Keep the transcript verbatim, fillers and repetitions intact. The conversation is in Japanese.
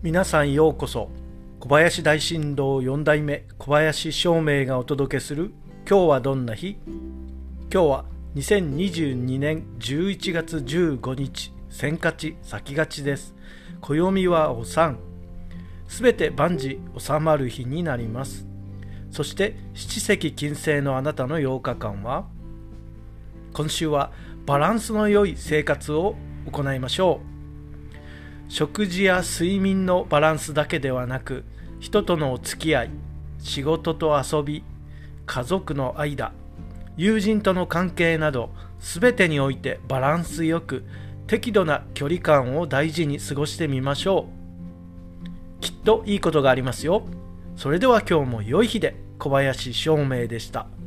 皆さんようこそ。小林大震動よん代目小林照明がお届けする今日はどんな日。今日はにせんにじゅうにねんじゅういちがつじゅうごにち、先勝ち先勝ちです。暦はお産、すべて万事収まる日になります。そして七石金星のあなたのようかかんは、今週はバランスの良い生活を行いましょう。食事や睡眠のバランスだけではなく、人とのお付き合い、仕事と遊び、家族の間、友人との関係など、すべてにおいてバランスよく、適度な距離感を大事に過ごしてみましょう。きっといいことがありますよ。それでは今日も良い日で。小林照明でした。